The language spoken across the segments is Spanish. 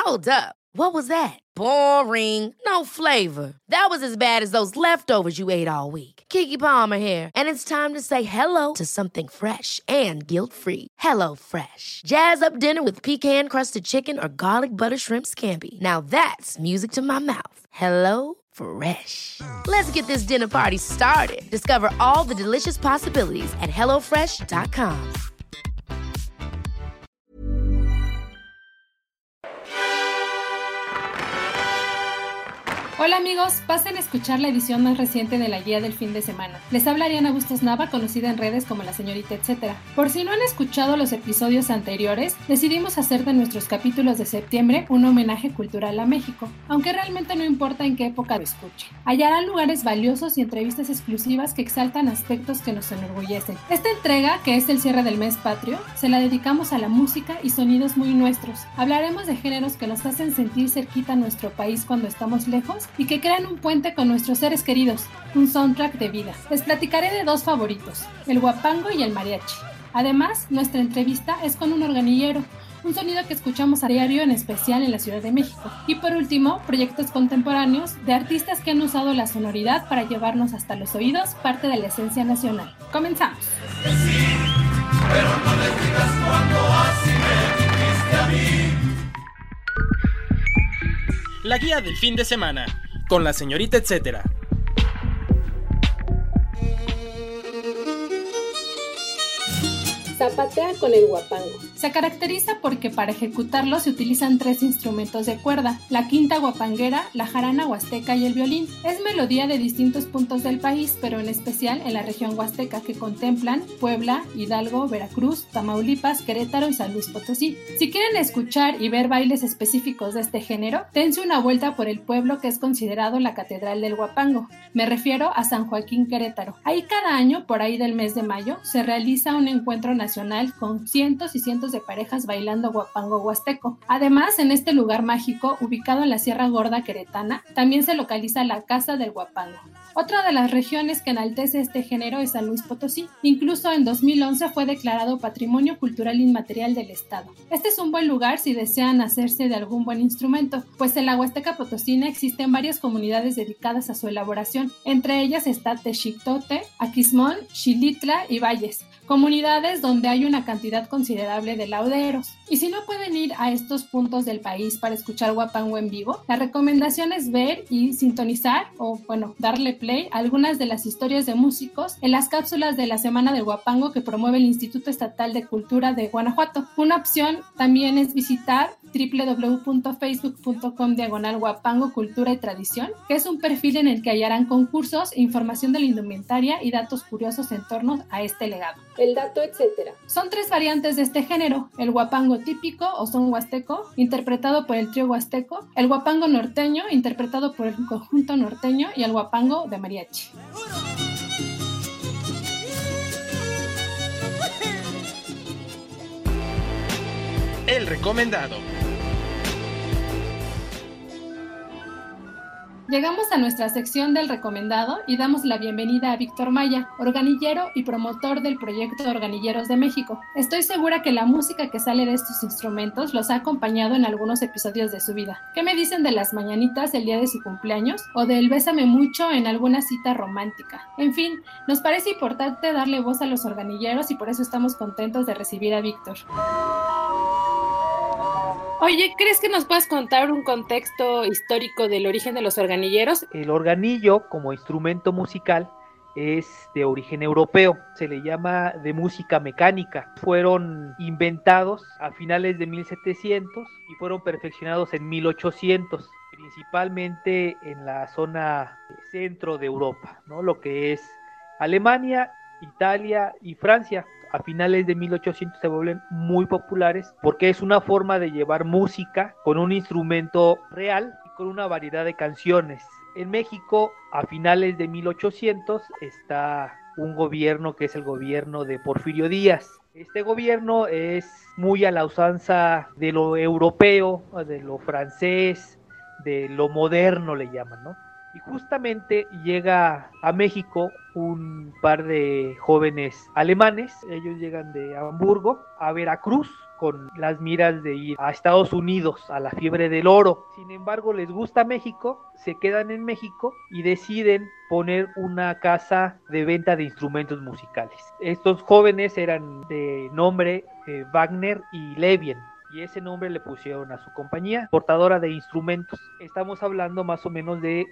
Hold up. What was that? Boring. No flavor. That was as bad as those leftovers you ate all week. Keke Palmer here, and it's time to say hello to something fresh and guilt-free. Hello Fresh. Jazz up dinner with pecan-crusted chicken or garlic butter shrimp scampi. Now that's music to my mouth. Hello Fresh. Let's get this dinner party started. Discover all the delicious possibilities at hellofresh.com. Hola amigos, pasen a escuchar la edición más reciente de la guía del fin de semana. Les habla Ariana Bustos Nava, conocida en redes como la señorita etcétera. Por si no han escuchado los episodios anteriores, decidimos hacer de nuestros capítulos de septiembre un homenaje cultural a México, aunque realmente no importa en qué época lo escuchen. Hallarán lugares valiosos y entrevistas exclusivas que exaltan aspectos que nos enorgullecen. Esta entrega, que es el cierre del mes patrio, se la dedicamos a la música y sonidos muy nuestros. Hablaremos de géneros que nos hacen sentir cerquita a nuestro país cuando estamos lejos y que crean un puente con nuestros seres queridos, un soundtrack de vida. Les platicaré de dos favoritos, el huapango y el mariachi. Además, nuestra entrevista es con un organillero, un sonido que escuchamos a diario, en especial en la Ciudad de México. Y por último, proyectos contemporáneos de artistas que han usado la sonoridad para llevarnos hasta los oídos parte de la esencia nacional. ¡Comenzamos! Sí, pero no me digas cuando así me dijiste a mí. La guía del fin de semana, con la señorita etcétera. Zapatea con el huapango. Se caracteriza porque para ejecutarlo se utilizan 3 instrumentos de cuerda, la quinta guapanguera, la jarana huasteca y el violín. Es melodía de distintos puntos del país, pero en especial en la región huasteca, que contemplan Puebla, Hidalgo, Veracruz, Tamaulipas, Querétaro y San Luis Potosí. Si quieren escuchar y ver bailes específicos de este género, dense una vuelta por el pueblo que es considerado la catedral del huapango. Me refiero a San Joaquín, Querétaro. Ahí cada año, por ahí del mes de mayo, se realiza un encuentro nacional con cientos y cientos de parejas bailando huapango huasteco. Además, en este lugar mágico, ubicado en la Sierra Gorda queretana, también se localiza la Casa del Huapango. Otra de las regiones que enaltece este género es San Luis Potosí. Incluso en 2011 fue declarado Patrimonio Cultural Inmaterial del Estado. Este es un buen lugar si desean hacerse de algún buen instrumento, pues en la Huasteca Potosina existen varias comunidades dedicadas a su elaboración. Entre ellas está Texictote, Aquismón, Xilitla y Valles, comunidades donde hay una cantidad considerable de lauderos. Y si no pueden ir a estos puntos del país para escuchar huapango en vivo, la recomendación es ver y sintonizar o, darle play a algunas de las historias de músicos en las cápsulas de la Semana del Huapango que promueve el Instituto Estatal de Cultura de Guanajuato. Una opción también es visitar www.facebook.com/huapango cultura y tradición, que es un perfil en el que hallarán concursos, información de la indumentaria y datos curiosos en torno a este legado. El dato etcétera. Son 3 variantes de este género: el huapango típico o son huasteco, interpretado por el trío huasteco, el huapango norteño, interpretado por el conjunto norteño, y el huapango de mariachi. El recomendado. Llegamos a nuestra sección del recomendado y damos la bienvenida a Víctor Maya, organillero y promotor del proyecto Organilleros de México. Estoy segura que la música que sale de estos instrumentos los ha acompañado en algunos episodios de su vida. ¿Qué me dicen de las mañanitas el día de su cumpleaños? ¿O del bésame mucho en alguna cita romántica? En fin, nos parece importante darle voz a los organilleros y por eso estamos contentos de recibir a Víctor. Oye, ¿crees que nos puedas contar un contexto histórico del origen de los organilleros? El organillo, como instrumento musical, es de origen europeo, se le llama de música mecánica. Fueron inventados a finales de 1700 y fueron perfeccionados en 1800, principalmente en la zona centro de Europa, ¿no? Lo que es Alemania, Italia y Francia. A finales de 1800 se vuelven muy populares porque es una forma de llevar música con un instrumento real y con una variedad de canciones. En México, a finales de 1800, está un gobierno que es el gobierno de Porfirio Díaz. Este gobierno es muy a la usanza de lo europeo, de lo francés, de lo moderno le llaman, ¿no? Y justamente llega a México un par de jóvenes alemanes, ellos llegan de Hamburgo a Veracruz con las miras de ir a Estados Unidos a la fiebre del oro. Sin embargo, les gusta México, se quedan en México y deciden poner una casa de venta de instrumentos musicales. Estos jóvenes eran de nombre Wagner y Levien, y ese nombre le pusieron a su compañía, portadora de instrumentos. Estamos hablando más o menos de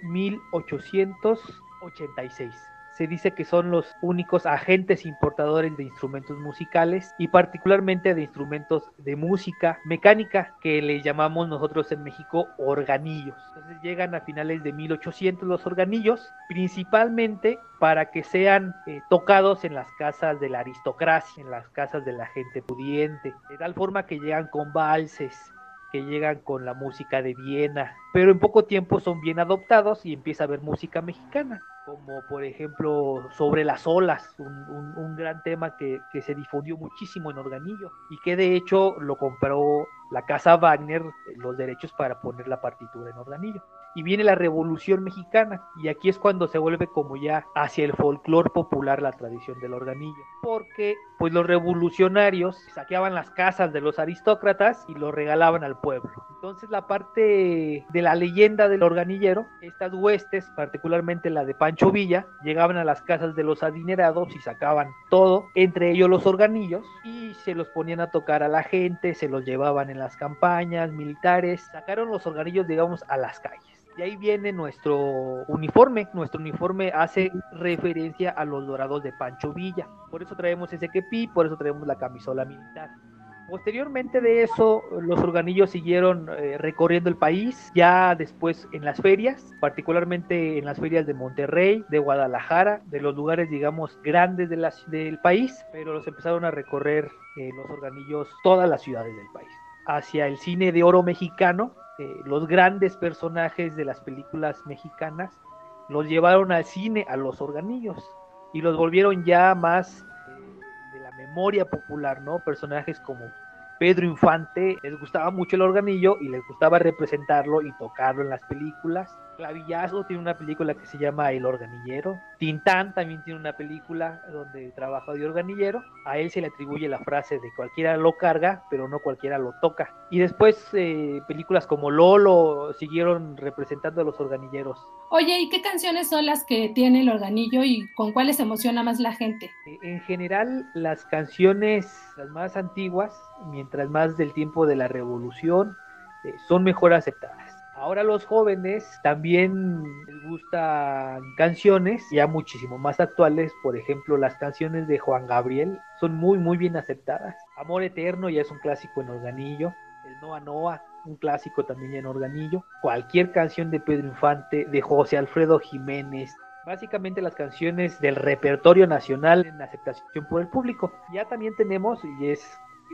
1886. Se dice que son los únicos agentes importadores de instrumentos musicales y particularmente de instrumentos de música mecánica, que le llamamos nosotros en México organillos. Entonces llegan a finales de 1800 los organillos, principalmente para que sean tocados en las casas de la aristocracia, en las casas de la gente pudiente, de tal forma que llegan con valses, que llegan con la música de Viena, pero en poco tiempo son bien adoptados y empieza a haber música mexicana, como por ejemplo Sobre las olas, un gran tema que se difundió muchísimo en organillo y que de hecho lo compró la casa Wagner los derechos para poner la partitura en organillo. Y viene la Revolución Mexicana, y aquí es cuando se vuelve como ya hacia el folclore popular la tradición del organillo, porque pues los revolucionarios saqueaban las casas de los aristócratas y lo regalaban al pueblo. Entonces la parte de la leyenda del organillero, estas huestes, particularmente la de Pancho Villa, llegaban a las casas de los adinerados y sacaban todo, entre ellos los organillos, y se los ponían a tocar a la gente, se los llevaban en las campañas militares, sacaron los organillos, digamos, a las calles. Y ahí viene nuestro uniforme. Nuestro uniforme hace referencia a los dorados de Pancho Villa. Por eso traemos ese kepi, por eso traemos la camisola militar. Posteriormente de eso, los organillos siguieron recorriendo el país, ya después en las ferias, particularmente en las ferias de Monterrey, de Guadalajara, de los lugares, digamos, grandes del país, pero los empezaron a recorrer los organillos todas las ciudades del país. Hacia el cine de oro mexicano, los grandes personajes de las películas mexicanas los llevaron al cine a los organillos y los volvieron ya más de la memoria popular, ¿no? Personajes como Pedro Infante, les gustaba mucho el organillo y les gustaba representarlo y tocarlo en las películas. Clavillazo tiene una película que se llama El Organillero. Tintán también tiene una película donde trabaja de organillero. A él se le atribuye la frase de cualquiera lo carga, pero no cualquiera lo toca. Y después películas como Lolo siguieron representando a los organilleros. Oye, ¿y qué canciones son las que tiene el organillo y con cuáles se emociona más la gente? En general, las canciones, las más antiguas, mientras más del tiempo de la Revolución, son mejor aceptadas. Ahora los jóvenes también les gustan canciones ya muchísimo más actuales. Por ejemplo, las canciones de Juan Gabriel son muy muy bien aceptadas. Amor Eterno ya es un clásico en organillo. El Noa Noa, un clásico también en organillo. Cualquier canción de Pedro Infante, de José Alfredo Jiménez. Básicamente las canciones del repertorio nacional en aceptación por el público. Ya también tenemos, y es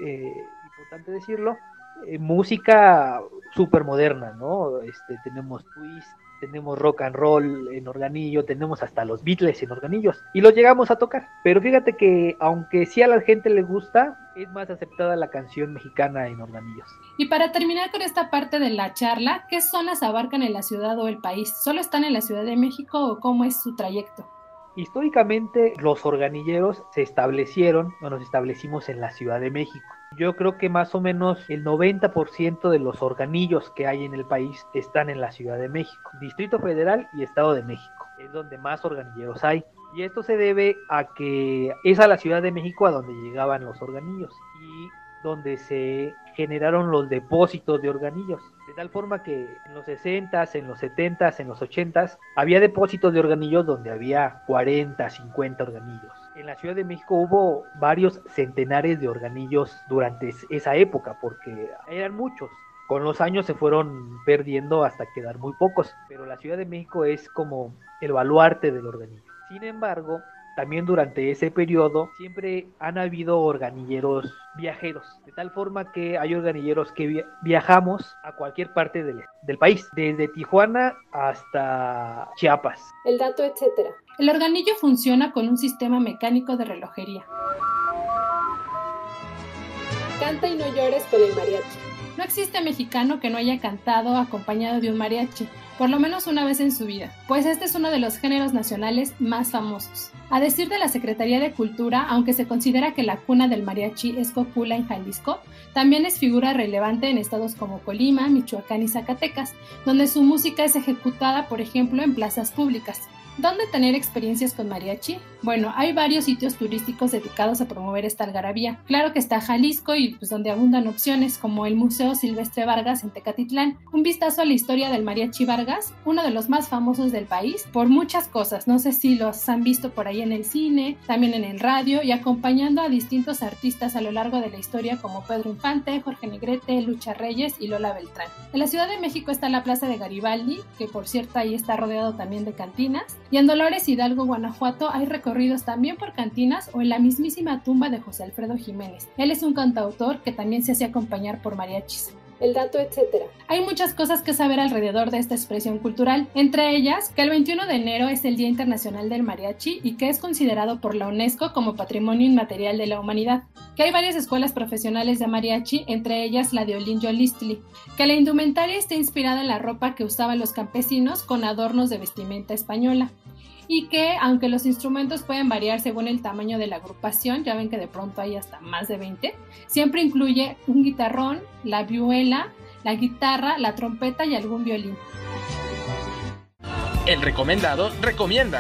importante decirlo, música súper moderna, ¿no? Tenemos twist, tenemos rock and roll en organillo, tenemos hasta los Beatles en organillos y los llegamos a tocar. Pero fíjate que aunque sí a la gente le gusta, es más aceptada la canción mexicana en organillos. Y para terminar con esta parte de la charla, ¿qué zonas abarcan en la ciudad o el país? ¿Solo están en la Ciudad de México o cómo es su trayecto? Históricamente los organilleros nos establecimos en la Ciudad de México. Yo creo que más o menos el 90% de los organillos que hay en el país están en la Ciudad de México, Distrito Federal y Estado de México, es donde más organilleros hay. Y esto se debe a que es a la Ciudad de México a donde llegaban los organillos y donde se generaron los depósitos de organillos, de tal forma que en los 60s, en los 70s, en los 80s había depósitos de organillos donde había 40, 50 organillos. En la Ciudad de México hubo varios centenares de organillos durante esa época, porque eran muchos. Con los años se fueron perdiendo hasta quedar muy pocos, pero la Ciudad de México es como el baluarte del organillo. Sin embargo, también durante ese periodo siempre han habido organilleros viajeros, de tal forma que hay organilleros que viajamos a cualquier parte del país, desde Tijuana hasta Chiapas. El dato, etcétera. El organillo funciona con un sistema mecánico de relojería. Canta y no llores con el mariachi. No existe mexicano que no haya cantado acompañado de un mariachi, por lo menos una vez en su vida, pues este es uno de los géneros nacionales más famosos. A decir de la Secretaría de Cultura, aunque se considera que la cuna del mariachi es Cocula en Jalisco, también es figura relevante en estados como Colima, Michoacán y Zacatecas, donde su música es ejecutada, por ejemplo, en plazas públicas. ¿Dónde tener experiencias con mariachi? Bueno, hay varios sitios turísticos dedicados a promover esta algarabía. Claro que está Jalisco y pues donde abundan opciones como el Museo Silvestre Vargas en Tecatitlán. Un vistazo a la historia del mariachi Vargas, uno de los más famosos del país, por muchas cosas. No sé si los han visto por ahí en el cine, también en el radio y acompañando a distintos artistas a lo largo de la historia como Pedro Infante, Jorge Negrete, Lucha Reyes y Lola Beltrán. En la Ciudad de México está la Plaza de Garibaldi, que por cierto ahí está rodeado también de cantinas. Y en Dolores Hidalgo, Guanajuato, hay recorridos también por cantinas o en la mismísima tumba de José Alfredo Jiménez. Él es un cantautor que también se hace acompañar por mariachis. El dato, etcétera. Hay muchas cosas que saber alrededor de esta expresión cultural, entre ellas que el 21 de enero es el Día Internacional del Mariachi y que es considerado por la UNESCO como Patrimonio Inmaterial de la Humanidad, que hay varias escuelas profesionales de mariachi, entre ellas la de Olin Yolistli, que la indumentaria está inspirada en la ropa que usaban los campesinos con adornos de vestimenta española. Y que, aunque los instrumentos pueden variar según el tamaño de la agrupación, ya ven que de pronto hay hasta más de 20, siempre incluye un guitarrón, la vihuela, la guitarra, la trompeta y algún violín. El recomendado recomienda.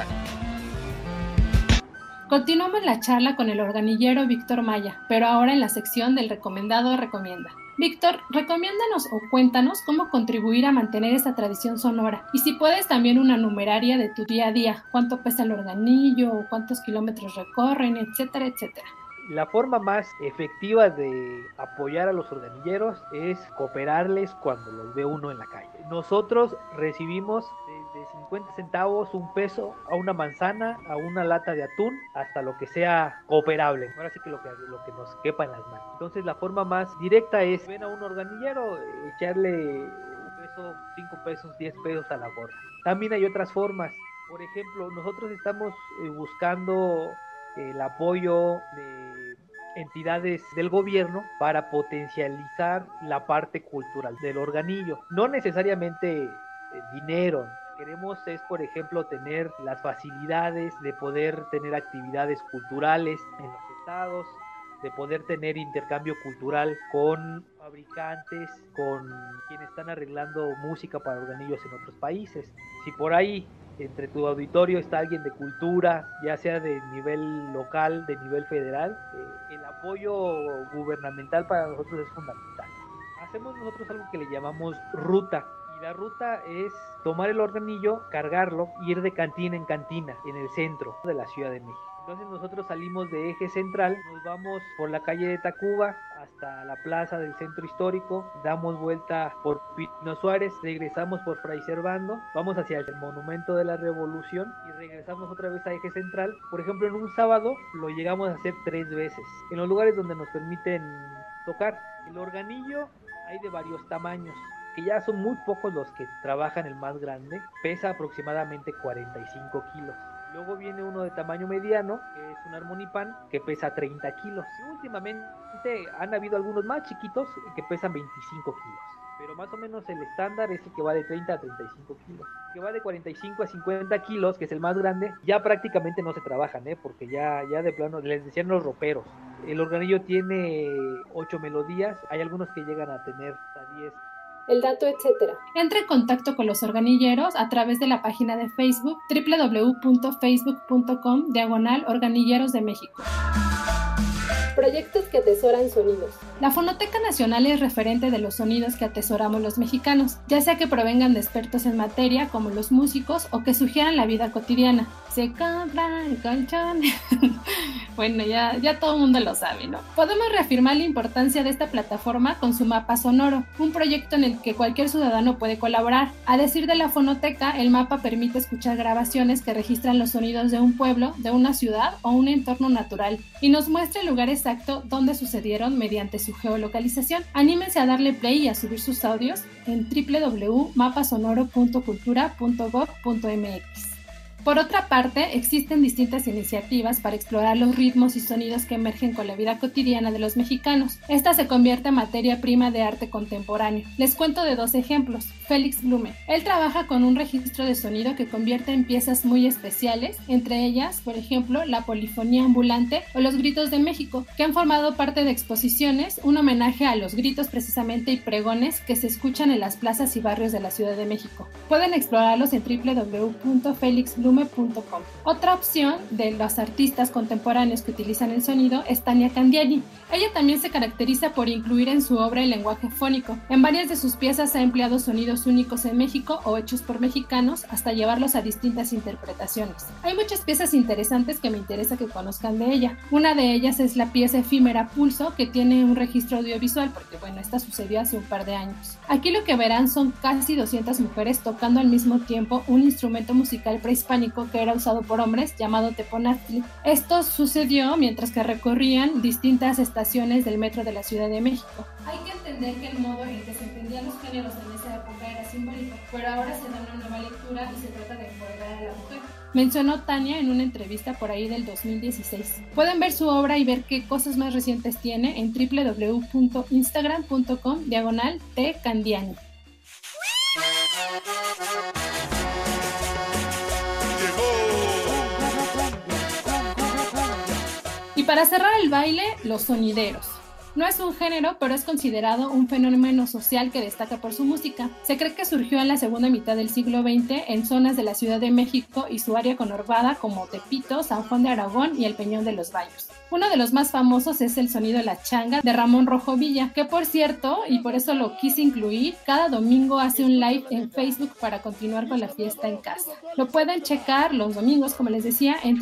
Continuamos la charla con el organillero Víctor Maya, pero ahora en la sección del recomendado recomienda. Víctor, recomiéndanos o cuéntanos cómo contribuir a mantener esa tradición sonora. Y si puedes, también una numeraria de tu día a día. ¿Cuánto pesa el organillo? ¿Cuántos kilómetros recorren? Etcétera, etcétera. La forma más efectiva de apoyar a los organilleros es cooperarles cuando los ve uno en la calle. Nosotros recibimos desde 50 centavos, un peso, a una manzana, a una lata de atún, hasta lo que sea cooperable. Ahora sí que lo que nos quepa en las manos. Entonces la forma más directa es, ven a un organillero, echarle un peso, 5 pesos, 10 pesos a la gorra. También hay otras formas. Por ejemplo, nosotros estamos buscando el apoyo de entidades del gobierno para potencializar la parte cultural del organillo. No necesariamente dinero. Queremos es, por ejemplo, tener las facilidades de poder tener actividades culturales en los estados, de poder tener intercambio cultural con fabricantes, con quienes están arreglando música para organillos en otros países. Si por ahí entre tu auditorio está alguien de cultura, ya sea de nivel local, de nivel federal, el apoyo gubernamental para nosotros es fundamental. Hacemos nosotros algo que le llamamos ruta. Y la ruta es tomar el organillo, cargarlo, ir de cantina en cantina en el centro de la Ciudad de México. Entonces nosotros salimos de Eje Central, nos vamos por la calle de Tacuba hasta la plaza del Centro Histórico, damos vuelta por Pino Suárez, regresamos por Fray Servando, vamos hacia el Monumento de la Revolución y regresamos otra vez a Eje Central. Por ejemplo, en un sábado lo llegamos a hacer 3 veces, en los lugares donde nos permiten tocar. El organillo hay de varios tamaños, que ya son muy pocos los que trabajan el más grande, pesa aproximadamente 45 kilos. Luego viene uno de tamaño mediano, que es un armonipan, que pesa 30 kilos. Y últimamente han habido algunos más chiquitos que pesan 25 kilos. Pero más o menos el estándar es el que va de 30 a 35 kilos. El que va de 45 a 50 kilos, que es el más grande, ya prácticamente no se trabajan, porque ya de plano, les decían los roperos. El organillo tiene 8 melodías, hay algunos que llegan a tener hasta 10. El dato, etcétera. Entre en contacto con los organilleros a través de la página de Facebook www.facebook.com/organilleros de México. Proyectos que atesoran sonidos. La Fonoteca Nacional es referente de los sonidos que atesoramos los mexicanos, ya sea que provengan de expertos en materia como los músicos o que sugieran la vida cotidiana. Se compra el colchón. Bueno, ya todo el mundo lo sabe, ¿no? Podemos reafirmar la importancia de esta plataforma con su mapa sonoro, un proyecto en el que cualquier ciudadano puede colaborar. A decir de la Fonoteca, el mapa permite escuchar grabaciones que registran los sonidos de un pueblo, de una ciudad o un entorno natural y nos muestra el lugar exacto donde sucedieron mediante su geolocalización. Anímense a darle play y a subir sus audios en www.mapasonoro.cultura.gov.mx. Por otra parte, existen distintas iniciativas para explorar los ritmos y sonidos que emergen con la vida cotidiana de los mexicanos. Esta se convierte en materia prima de arte contemporáneo. Les cuento de 2 ejemplos. Félix Blume. Él trabaja con un registro de sonido que convierte en piezas muy especiales, entre ellas, por ejemplo, la polifonía ambulante o los gritos de México, que han formado parte de exposiciones, un homenaje a los gritos precisamente y pregones que se escuchan en las plazas y barrios de la Ciudad de México. Pueden explorarlos en www.felixblume.com. Otra opción de los artistas contemporáneos que utilizan el sonido es Tania Candiani. Ella también se caracteriza por incluir en su obra el lenguaje fónico. En varias de sus piezas ha empleado sonidos únicos en México o hechos por mexicanos hasta llevarlos a distintas interpretaciones. Hay muchas piezas interesantes que me interesa que conozcan de ella. Una de ellas es la pieza efímera Pulso, que tiene un registro audiovisual porque esta sucedió hace un par de años. Aquí lo que verán son casi 200 mujeres tocando al mismo tiempo un instrumento musical prehispánico que era usado por hombres llamado teponaztli. Esto sucedió mientras que recorrían distintas estaciones del metro de la Ciudad de México. Hay que entender que el modo en que se entendían los géneros en esa época era simbólico, pero ahora se da una nueva lectura y se trata de empoderar a la mujer. Mencionó Tania en una entrevista por ahí del 2016. Pueden ver su obra y ver qué cosas más recientes tiene en www.instagram.com/tcandiani. Y para cerrar el baile, los sonideros. No es un género, pero es considerado un fenómeno social que destaca por su música. Se cree que surgió en la segunda mitad del siglo XX en zonas de la Ciudad de México y su área conurbada como Tepito, San Juan de Aragón y el Peñón de los Baños. Uno de los más famosos es el sonido de la changa de Ramón Rojo Villa, que por cierto, y por eso lo quise incluir, cada domingo hace un live en Facebook para continuar con la fiesta en casa. Lo pueden checar los domingos, como les decía, en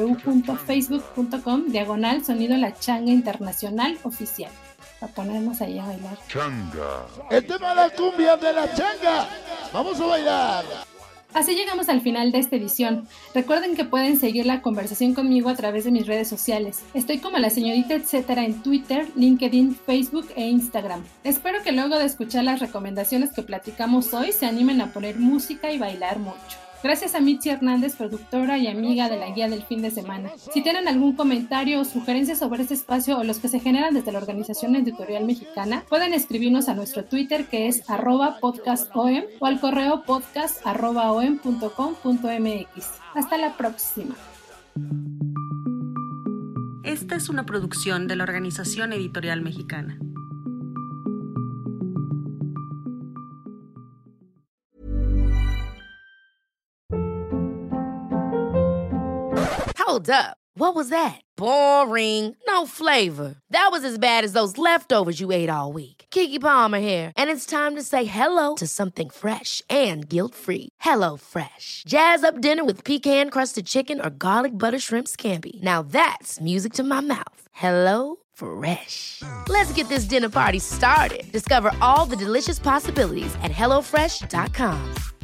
www.facebook.com/sonido la changa internacional oficial. Para ponernos ahí a bailar. Changa. El tema de la cumbia de la changa. Vamos a bailar. Así llegamos al final de esta edición. Recuerden que pueden seguir la conversación conmigo a través de mis redes sociales. Estoy como la señorita etcétera en Twitter, LinkedIn, Facebook e Instagram. Espero que luego de escuchar las recomendaciones que platicamos hoy se animen a poner música y bailar mucho. Gracias a Mitzi Hernández, productora y amiga de la guía del fin de semana. Si tienen algún comentario o sugerencia sobre este espacio o los que se generan desde la Organización Editorial Mexicana, pueden escribirnos a nuestro Twitter que es @podcastom o al correo podcast@om.com.mx. Hasta la próxima. Esta es una producción de la Organización Editorial Mexicana. Hold up. What was that? Boring. No flavor. That was as bad as those leftovers you ate all week. Keke Palmer here, and it's time to say hello to something fresh and guilt-free. Hello Fresh. Jazz up dinner with pecan-crusted chicken or garlic butter shrimp scampi. Now that's music to my mouth. Hello Fresh. Let's get this dinner party started. Discover all the delicious possibilities at HelloFresh.com.